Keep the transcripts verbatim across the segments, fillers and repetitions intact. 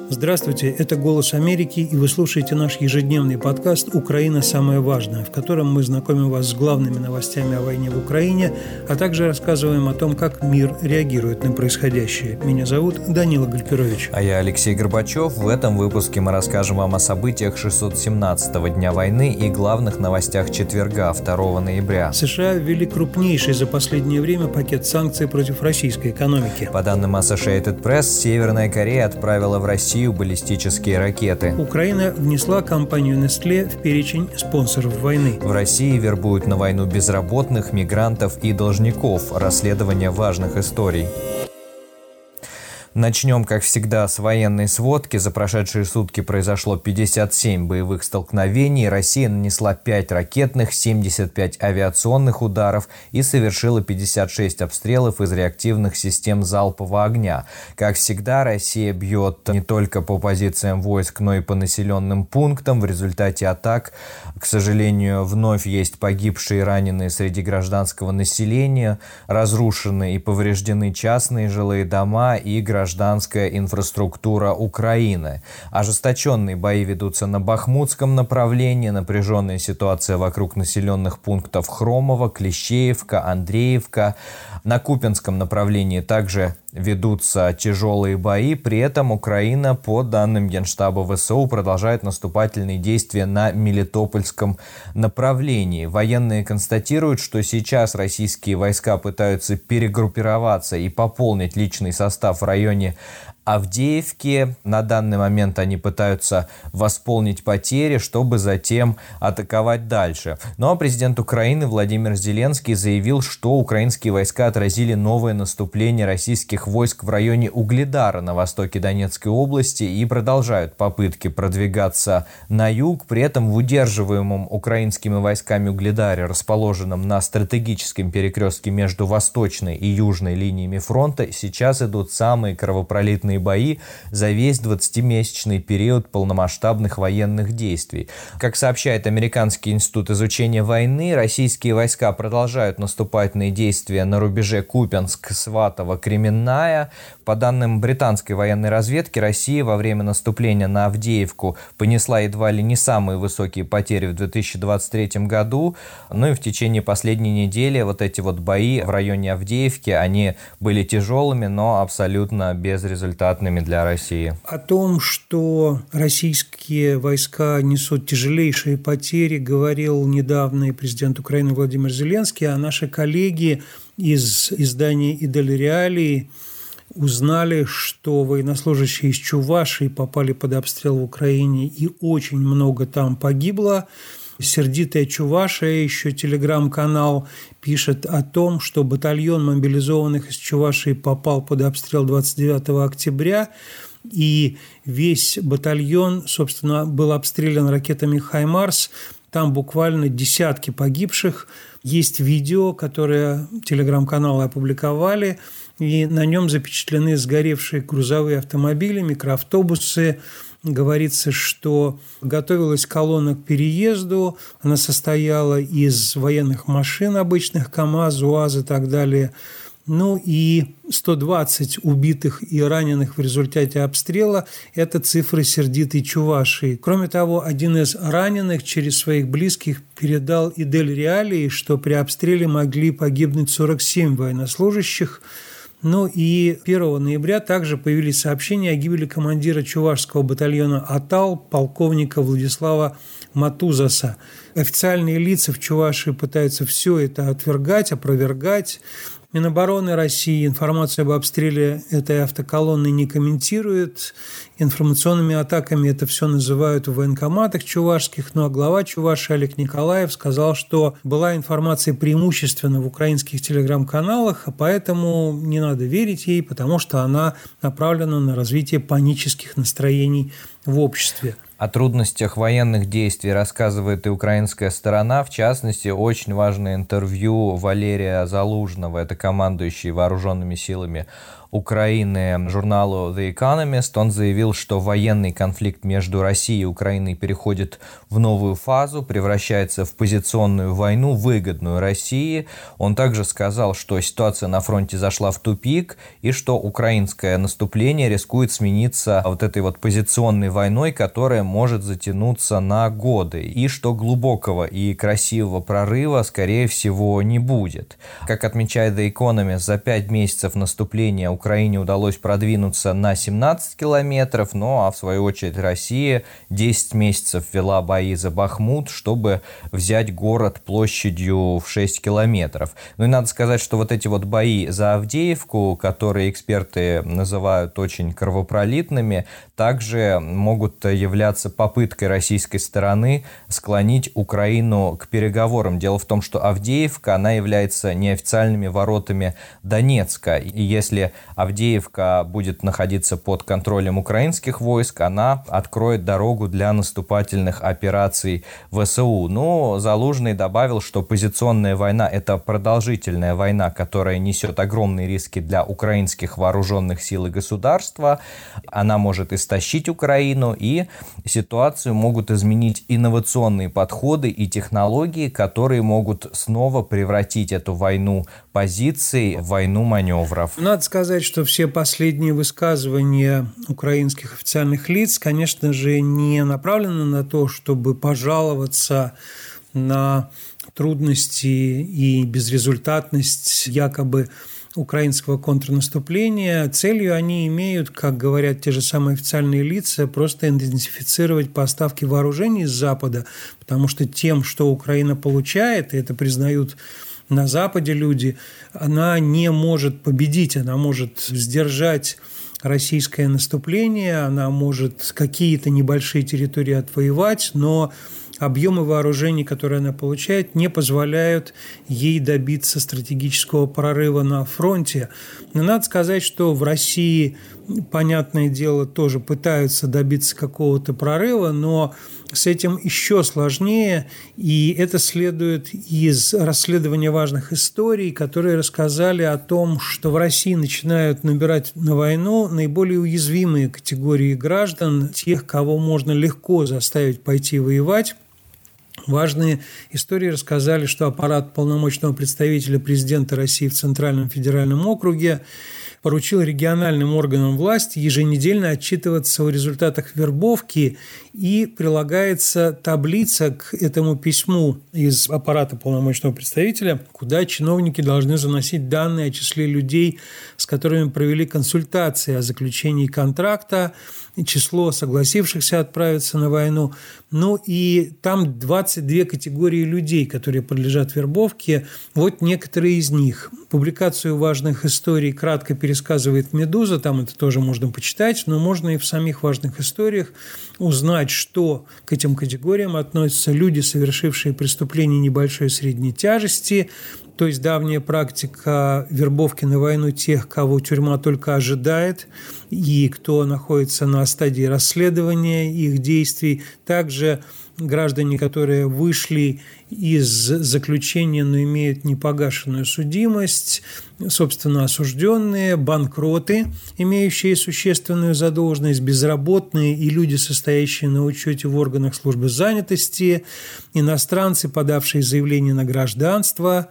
Здравствуйте, это «Голос Америки», и вы слушаете наш ежедневный подкаст «Украина. Самое важное», в котором мы знакомим вас с главными новостями о войне в Украине, а также рассказываем о том, как мир реагирует на происходящее. Меня зовут Данила Гальперович. А я Алексей Горбачев. В этом выпуске мы расскажем вам о событиях шестьсот семнадцатого дня войны и главных новостях четверга, второго ноября. США ввели крупнейший за последнее время пакет санкций против российской экономики. По данным Associated Press, Северная Корея отправила в Россию баллистические ракеты. Украина внесла компанию Nestlé в перечень спонсоров войны. В России вербуют на войну безработных, мигрантов и должников. Расследование важных историй. Начнем, как всегда, с военной сводки. За прошедшие сутки произошло пятьдесят семь боевых столкновений. Россия нанесла пять ракетных, семьдесят пять авиационных ударов и совершила пятьдесят шесть обстрелов из реактивных систем залпового огня. Как всегда, Россия бьет не только по позициям войск, но и по населенным пунктам. В результате атак, к сожалению, вновь есть погибшие и раненые среди гражданского населения, разрушены и повреждены частные жилые дома и гражданские гражданская инфраструктура Украины. Ожесточенные бои ведутся на Бахмутском направлении, напряженная ситуация вокруг населенных пунктов Хромово, Клещеевка, Андреевка. На Купянском направлении также ведутся тяжелые бои, при этом Украина, по данным Генштаба ВСУ, продолжает наступательные действия на Мелитопольском направлении. Военные констатируют, что сейчас российские войска пытаются перегруппироваться и пополнить личный состав в районе Авдеевки. На данный момент они пытаются восполнить потери, чтобы затем атаковать дальше. Ну а президент Украины Владимир Зеленский заявил, что украинские войска отразили новое наступление российских войск в районе Угледара на востоке Донецкой области и продолжают попытки продвигаться на юг. При этом в удерживаемом украинскими войсками Угледаре, расположенном на стратегическом перекрестке между восточной и южной линиями фронта, сейчас идут самые кровопролитные бои за весь двадцатимесячный период полномасштабных военных действий. Как сообщает Американский институт изучения войны, российские войска продолжают наступательные действия на рубеже Купянск, Сватово, Кременная. По данным британской военной разведки, Россия во время наступления на Авдеевку понесла едва ли не самые высокие потери в две тысячи двадцать третьем году. Ну и в течение последней недели вот эти вот бои в районе Авдеевки, они были тяжелыми, но абсолютно безрезультатными для России. О том, что российские войска несут тяжелейшие потери, говорил недавно и президент Украины Владимир Зеленский, а наши коллеги из издания «Идель Реалии» узнали, что военнослужащие из Чувашии попали под обстрел в Украине, и очень много там погибло. «Сердитая Чувашия», еще телеграм-канал, пишет о том, что батальон мобилизованных из Чувашии попал под обстрел двадцать девятого октября, и весь батальон, собственно, был обстрелян ракетами «Хаймарс». Там буквально десятки погибших. Есть видео, которое телеграм-каналы опубликовали, и на нем запечатлены сгоревшие грузовые автомобили, микроавтобусы. Говорится, что готовилась колонна к переезду, она состояла из военных машин обычных, КАМАЗ, УАЗ и так далее. Ну и сто двадцать убитых и раненых в результате обстрела – это цифры «Сердитой Чувашии». Кроме того, один из раненых через своих близких передал «Идель Реалии», что при обстреле могли погибнуть сорок семь военнослужащих. Ну и первого ноября также появились сообщения о гибели командира чувашского батальона «Атал» полковника Владислава Матузаса. Официальные лица в Чувашии пытаются все это отвергать, опровергать. Минобороны России информацию об обстреле этой автоколонны не комментирует. Информационными атаками это все называют в военкоматах чувашских. Ну а глава Чувашии Олег Николаев сказал, что была информация преимущественно в украинских телеграм-каналах, а поэтому не надо верить ей, потому что она направлена на развитие панических настроений в обществе. О трудностях военных действий рассказывает и украинская сторона. В частности, очень важное интервью Валерия Залужного, это командующий вооруженными силами Украины журналу The Economist. Он заявил, что военный конфликт между Россией и Украиной переходит в новую фазу, превращается в позиционную войну, выгодную России. Он также сказал, что ситуация на фронте зашла в тупик и что украинское наступление рискует смениться вот этой вот позиционной войной, которая может затянуться на годы, и что глубокого и красивого прорыва, скорее всего, не будет. Как отмечает The Economist, за пять месяцев наступления Украине удалось продвинуться на семнадцать километров, ну а в свою очередь Россия десять месяцев вела бои за Бахмут, чтобы взять город площадью в шесть километров. Ну и надо сказать, что вот эти вот бои за Авдеевку, которые эксперты называют очень кровопролитными, также могут являться попыткой российской стороны склонить Украину к переговорам. Дело в том, что Авдеевка, она является неофициальными воротами Донецка. И если Авдеевка будет находиться под контролем украинских войск, она откроет дорогу для наступательных операций ВСУ. Но Залужный добавил, что позиционная война – это продолжительная война, которая несет огромные риски для украинских вооруженных сил и государства. Она может истощить Украину, и ситуацию могут изменить инновационные подходы и технологии, которые могут снова превратить эту войну позиций в войну маневров. Надо сказать, что все последние высказывания украинских официальных лиц, конечно же, не направлены на то, чтобы пожаловаться на трудности и безрезультатность якобы украинского контрнаступления. Целью они имеют, как говорят те же самые официальные лица, просто интенсифицировать поставки вооружений с Запада, потому что тем, что Украина получает, и это признают на Западе люди, она не может победить, она может сдержать российское наступление, она может какие-то небольшие территории отвоевать, но объемы вооружений, которые она получает, не позволяют ей добиться стратегического прорыва на фронте. Но надо сказать, что в России, понятное дело, тоже пытаются добиться какого-то прорыва, но с этим еще сложнее, и это следует из расследования важных историй, которые рассказали о том, что в России начинают набирать на войну наиболее уязвимые категории граждан, тех, кого можно легко заставить пойти воевать. Важные истории рассказали, что аппарат полномочного представителя президента России в Центральном федеральном округе поручил региональным органам власти еженедельно отчитываться о результатах вербовки, и прилагается таблица к этому письму из аппарата полномочного представителя, куда чиновники должны заносить данные о числе людей, с которыми провели консультации о заключении контракта, число согласившихся отправиться на войну. Ну и там двадцать две категории людей, которые подлежат вербовке. Вот некоторые из них. Публикацию важных историй кратко пересказывает «Медуза», там это тоже можно почитать, но можно и в самих важных историях узнать, что к этим категориям относятся люди, совершившие преступления небольшой и средней тяжести, то есть давняя практика вербовки на войну тех, кого тюрьма только ожидает, и кто находится на стадии расследования их действий. Также граждане, которые вышли из заключения, но имеют непогашенную судимость, собственно, осужденные, банкроты, имеющие существенную задолженность, безработные и люди, состоящие на учете в органах службы занятости, иностранцы, подавшие заявление на гражданство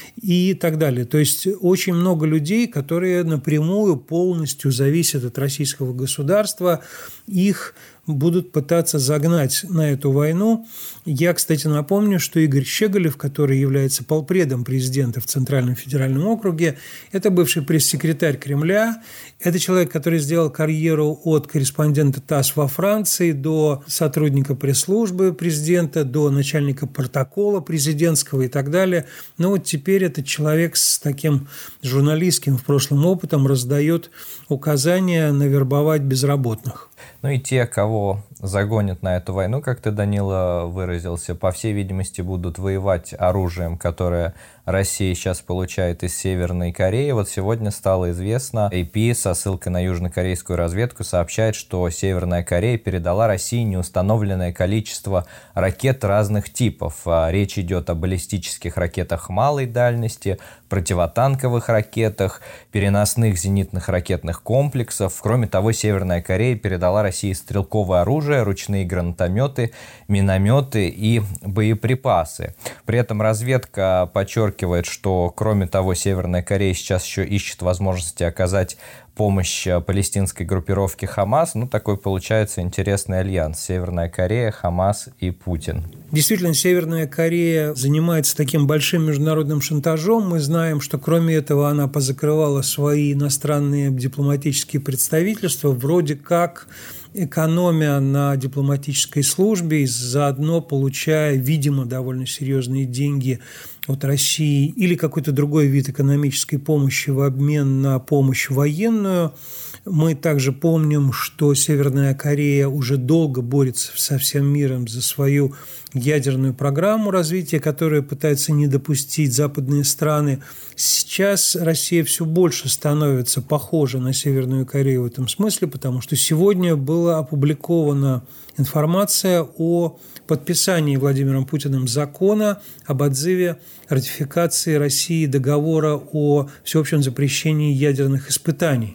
и так далее. То есть очень много людей, которые напрямую полностью зависят от российского государства, их будут пытаться загнать на эту войну. Я, кстати, напомню, что Игорь Щеголев, который является полпредом президента в Центральном федеральном округе, это бывший пресс-секретарь Кремля, это человек, который сделал карьеру от корреспондента ТАСС во Франции до сотрудника пресс-службы президента, до начальника протокола президентского и так далее. Но вот теперь этот человек с таким журналистским в прошлом опытом раздает указания навербовать безработных. Ну и те, кого загонят на эту войну, как ты, Данила, выразился, по всей видимости, будут воевать оружием, которое Россия сейчас получает из Северной Кореи. Вот сегодня стало известно, эй пи со ссылкой на южнокорейскую разведку сообщает, что Северная Корея передала России неустановленное количество ракет разных типов. Речь идет о баллистических ракетах малой дальности, противотанковых ракетах, переносных зенитных ракетных комплексов. Кроме того, Северная Корея передала России стрелковое оружие, ручные гранатометы, минометы и боеприпасы. При этом разведка подчеркивает, что, кроме того, Северная Корея сейчас еще ищет возможности оказать помощь палестинской группировке Хамас. Ну, такой получается интересный альянс. Северная Корея, Хамас и Путин. Действительно, Северная Корея занимается таким большим международным шантажом. Мы знаем, что кроме этого она позакрывала свои иностранные дипломатические представительства, вроде как экономя на дипломатической службе и заодно получая, видимо, довольно серьезные деньги от России или какой-то другой вид экономической помощи в обмен на помощь военную. Мы также помним, что Северная Корея уже долго борется со всем миром за свою ядерную программу развития, которую пытаются не допустить западные страны. Сейчас Россия все больше становится похожа на Северную Корею в этом смысле, потому что сегодня была опубликована информация о подписании Владимиром Путиным закона об отзыве ратификации России договора о всеобщем запрещении ядерных испытаний.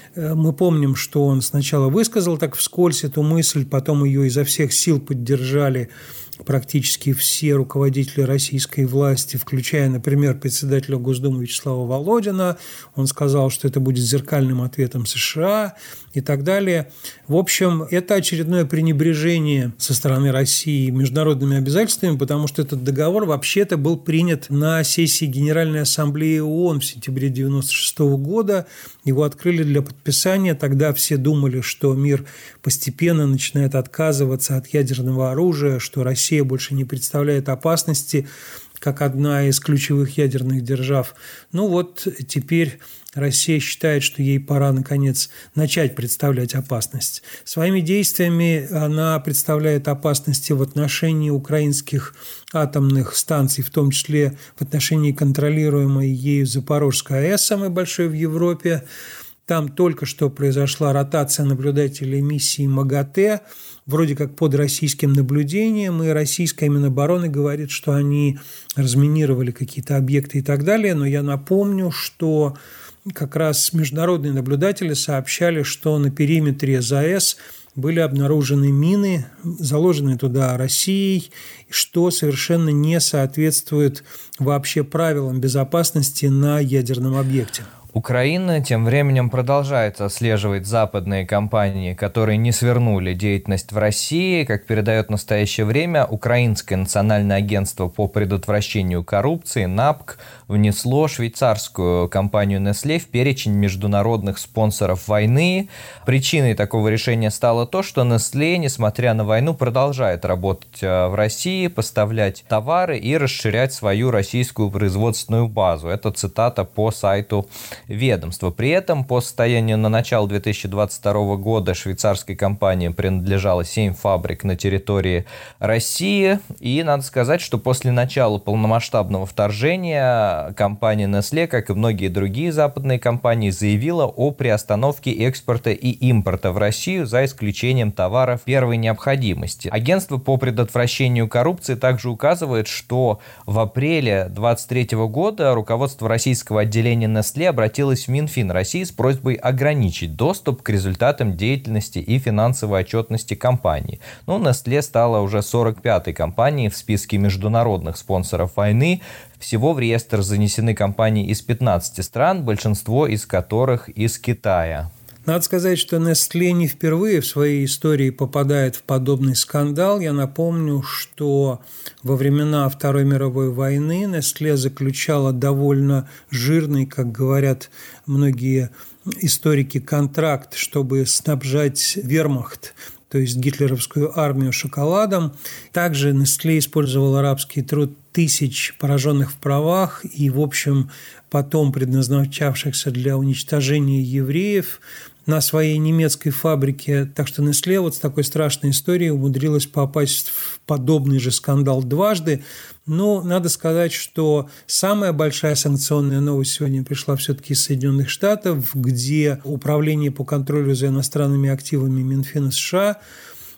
Мы помним, что он сначала высказал так вскользь эту мысль, потом ее изо всех сил поддержали практически все руководители российской власти, включая, например, председателя Госдумы Вячеслава Володина. Он сказал, что это будет зеркальным ответом США и так далее. В общем, это очередное пренебрежение со стороны России международными обязательствами, потому что этот договор вообще-то был принят на сессии Генеральной Ассамблеи ООН в сентябре девяносто шестого года. Его открыли для подписания. Тогда все думали, что мир постепенно начинает отказываться от ядерного оружия, что Россия больше не представляет опасности, как одна из ключевых ядерных держав. Ну вот теперь Россия считает, что ей пора, наконец, начать представлять опасность. Своими действиями она представляет опасности в отношении украинских атомных станций, в том числе в отношении контролируемой ею Запорожской АЭС, самой большой в Европе. Там только что произошла ротация наблюдателей миссии МАГАТЭ, вроде как под российским наблюдением, и российская Минобороны говорит, что они разминировали какие-то объекты и так далее. Но я напомню, что как раз международные наблюдатели сообщали, что на периметре ЗАЭС были обнаружены мины, заложенные туда Россией, что совершенно не соответствует вообще правилам безопасности на ядерном объекте. Украина тем временем продолжает отслеживать западные компании, которые не свернули деятельность в России. Как передает в настоящее время, Украинское национальное агентство по предотвращению коррупции НАПК внесло швейцарскую компанию Nestlé в перечень международных спонсоров войны. Причиной такого решения стало то, что Nestlé, несмотря на войну, продолжает работать в России, поставлять товары и расширять свою российскую производственную базу. Это цитата по сайту ведомства. При этом по состоянию на начало две тысячи двадцать второго года швейцарской компании принадлежало семь фабрик на территории России. И надо сказать, что после начала полномасштабного вторжения компания Nestlé, как и многие другие западные компании, заявила о приостановке экспорта и импорта в Россию за исключением товаров первой необходимости. Агентство по предотвращению коррупции также указывает, что в апреле две тысячи двадцать третьего года руководство российского отделения Nestlé обратилось в Минфин России с просьбой ограничить доступ к результатам деятельности и финансовой отчетности компании. Но Nestlé стала уже сорок пятой компанией в списке международных спонсоров войны. Всего в реестр занесены компании из пятнадцати стран, большинство из которых из Китая. Надо сказать, что Nestlé не впервые в своей истории попадает в подобный скандал. Я напомню, что во времена Второй мировой войны Nestlé заключала довольно жирный, как говорят многие историки, контракт, чтобы снабжать вермахт, то есть гитлеровскую армию, шоколадом. Также Nestlé использовал арабский труд тысяч пораженных в правах и, в общем, потом предназначавшихся для уничтожения евреев на своей немецкой фабрике. Так что Nestlé вот с такой страшной историей умудрилась попасть в подобный же скандал дважды. Но надо сказать, что самая большая санкционная новость сегодня пришла все-таки из Соединенных Штатов, где Управление по контролю за иностранными активами Минфина США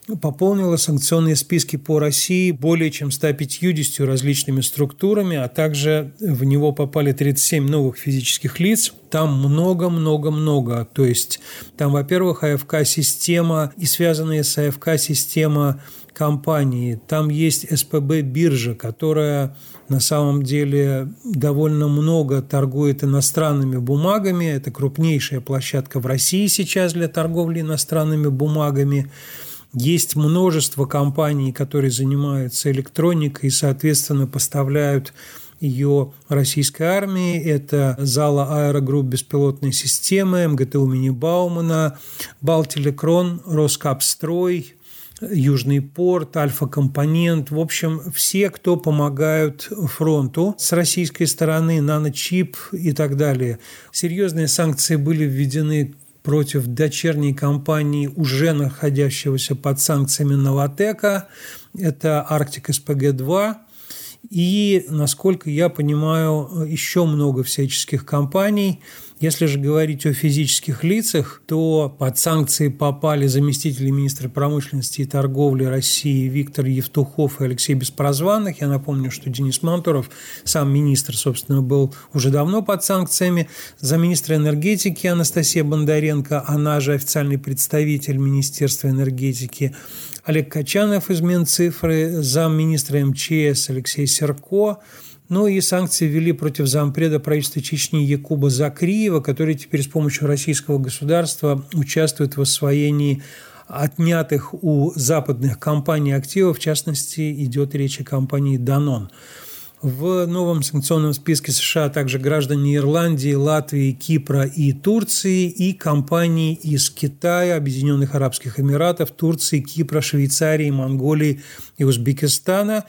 пополнила санкционные списки по России более чем ста пятьюдесятью различными структурами, а также в него попали тридцать семь новых физических лиц. Там много-много-много. То есть там, во-первых, АФК-система и связанные с АФК-система компании. Там есть СПБ-биржа, которая на самом деле довольно много торгует иностранными бумагами. Это крупнейшая площадка в России сейчас для торговли иностранными бумагами. Есть множество компаний, которые занимаются электроникой и, соответственно, поставляют ее российской армии. Это Зала Аэрогрупп беспилотной системы, эм гэ тэ у имени Баумана, Балтелекрон, Роскапстрой, Южный порт, Альфа-компонент. В общем, все, кто помогают фронту с российской стороны, Наночип и так далее. Серьезные санкции были введены против дочерней компании, уже находящегося под санкциями Новотека. Это Арктик эс пэ гэ два. И, насколько я понимаю, еще много всяческих компаний. Если же говорить о физических лицах, то под санкции попали заместители министра промышленности и торговли России Виктор Евтухов и Алексей Беспрозванных. Я напомню, что Денис Мантуров, сам министр, собственно, был уже давно под санкциями. Замминистра энергетики Анастасия Бондаренко, она же официальный представитель Министерства энергетики, Олег Качанов из Минцифры, замминистра эм че эс Алексей Серко. Ну и санкции ввели против зампреда правительства Чечни Якуба Закриева, который теперь с помощью российского государства участвует в освоении отнятых у западных компаний активов. В частности, идет речь о компании «Данон». В новом санкционном списке США также граждане Ирландии, Латвии, Кипра и Турции, и компании из Китая, Объединенных Арабских Эмиратов, Турции, Кипра, Швейцарии, Монголии и Узбекистана.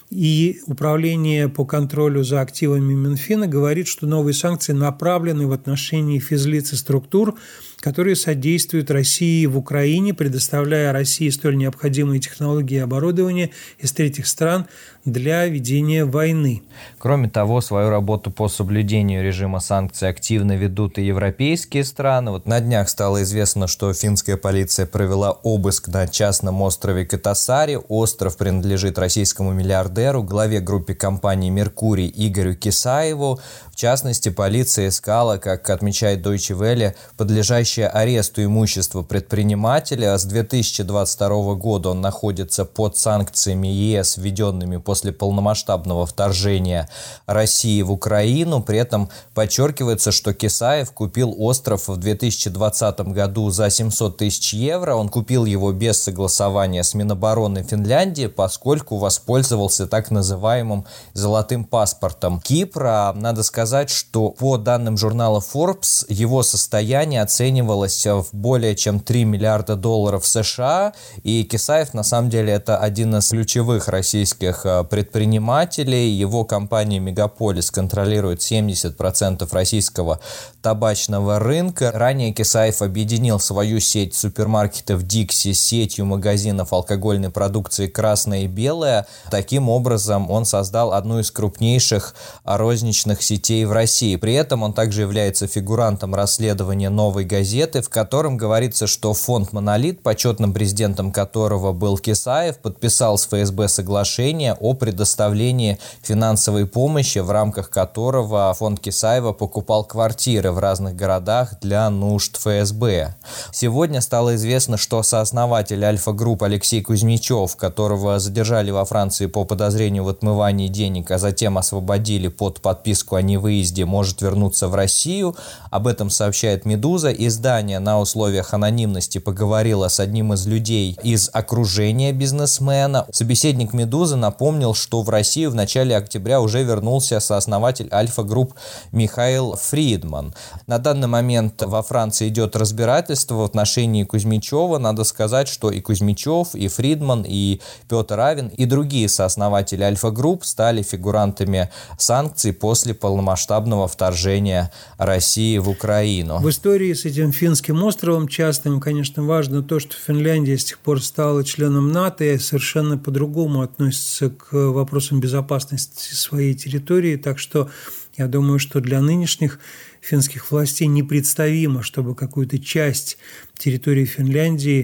И Управление по контролю за активами Минфина говорит, что новые санкции направлены в отношении физлиц и структур, которые содействуют России в Украине, предоставляя России столь необходимые технологии и оборудование из третьих стран для ведения войны. Кроме того, свою работу по соблюдению режима санкций активно ведут и европейские страны. Вот на днях стало известно, что финская полиция провела обыск на частном острове Катасари. Остров принадлежит российскому миллиардеру, главе группы компании «Меркурий» Игорю Кисаеву. В частности, полиция искала, как отмечает Deutsche Welle, подлежащее аресту имущество предпринимателя. С две тысячи двадцать второго года он находится под санкциями е эс, введенными после полномасштабного вторжения России в Украину. При этом подчеркивается, что Кисаев купил остров в две тысячи двадцатом году за семьсот тысяч евро. Он купил его без согласования с Минобороны Финляндии, поскольку воспользовался так называемым золотым паспортом Кипра. Надо сказать, сказать, что по данным журнала Forbes его состояние оценивалось в более чем три миллиарда долларов США, и Кисаев на самом деле это один из ключевых российских предпринимателей. Его компания «Мегаполис» контролирует семьдесят процентов российского табачного рынка. Ранее Кисаев объединил свою сеть супермаркетов «Дикси» с сетью магазинов алкогольной продукции «Красное и белое». Таким образом, он создал одну из крупнейших розничных сетей в России. При этом он также является фигурантом расследования «Новой газеты», в котором говорится, что фонд «Монолит», почетным президентом которого был Кисаев, подписал с эф эс бэ соглашение о предоставлении финансовой помощи, в рамках которого фонд Кисаева покупал квартиры в разных городах для нужд эф эс бэ. Сегодня стало известно, что сооснователь Альфа-групп Алексей Кузьмичев, которого задержали во Франции по подозрению в отмывании денег, а затем освободили под подписку о невыезде, может вернуться в Россию. Об этом сообщает «Медуза». Издание на условиях анонимности поговорило с одним из людей из окружения бизнесмена. Собеседник «Медузы» напомнил, что в Россию в начале октября уже вернулся сооснователь Альфа-групп Михаил Фридман. На данный момент во Франции идет разбирательство в отношении Кузьмичева. Надо сказать, что и Кузьмичев, и Фридман, и Петр Авен, и другие сооснователи Альфа-групп стали фигурантами санкций после полномасштабного вторжения России в Украину. В истории с этим финским островом частным, конечно, важно то, что Финляндия с тех пор стала членом НАТО и совершенно по-другому относится к вопросам безопасности своей территории. Так что я думаю, что для нынешних финских властей непредставимо, чтобы какую-то часть территории Финляндии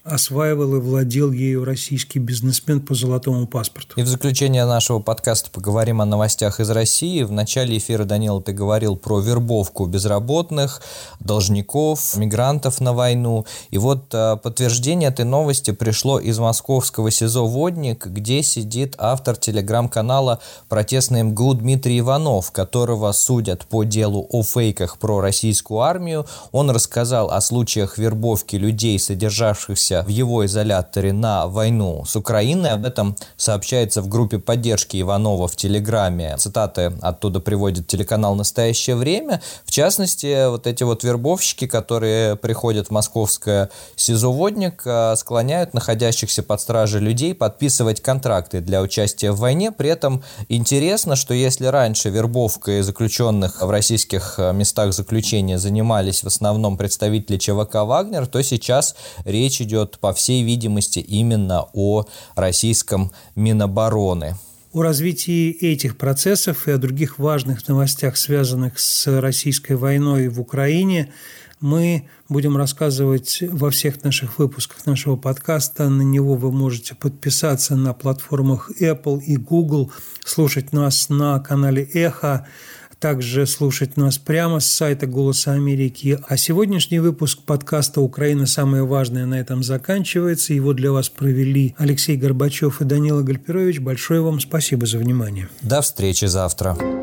осваивал и владел ею российский бизнесмен по золотому паспорту. И в заключение нашего подкаста поговорим о новостях из России. В начале эфира, Данила, ты говорил про вербовку безработных, должников, мигрантов на войну. И вот подтверждение этой новости пришло из московского СИЗО «Водник», где сидит автор телеграм-канала «Протестный МГУ» Дмитрий Иванов, которого судят по делу о фейках про российскую армию. Он рассказал о случаях вербовки людей, содержавшихся в его изоляторе на войну с Украиной. Об этом сообщается в группе поддержки Иванова в Телеграме. Цитаты оттуда приводит телеканал «Настоящее время». В частности, вот эти вот вербовщики, которые приходят в московское СИЗО «Водник», склоняют находящихся под стражей людей подписывать контракты для участия в войне. При этом интересно, что если раньше вербовкой заключенных в российских местах заключения занимались в основном представители ЧВК «Вагнер», то сейчас речь идет, по всей видимости, именно о российском Минобороны. О развитии этих процессов и о других важных новостях, связанных с российской войной в Украине, мы будем рассказывать во всех наших выпусках нашего подкаста. На него вы можете подписаться на платформах Apple и Google, слушать нас на канале «Эхо», также слушать нас прямо с сайта «Голоса Америки». А сегодняшний выпуск подкаста «Украина. Самое важное» на этом заканчивается. Его для вас провели Алексей Горбачев и Данила Гальперович. Большое вам спасибо за внимание. До встречи завтра.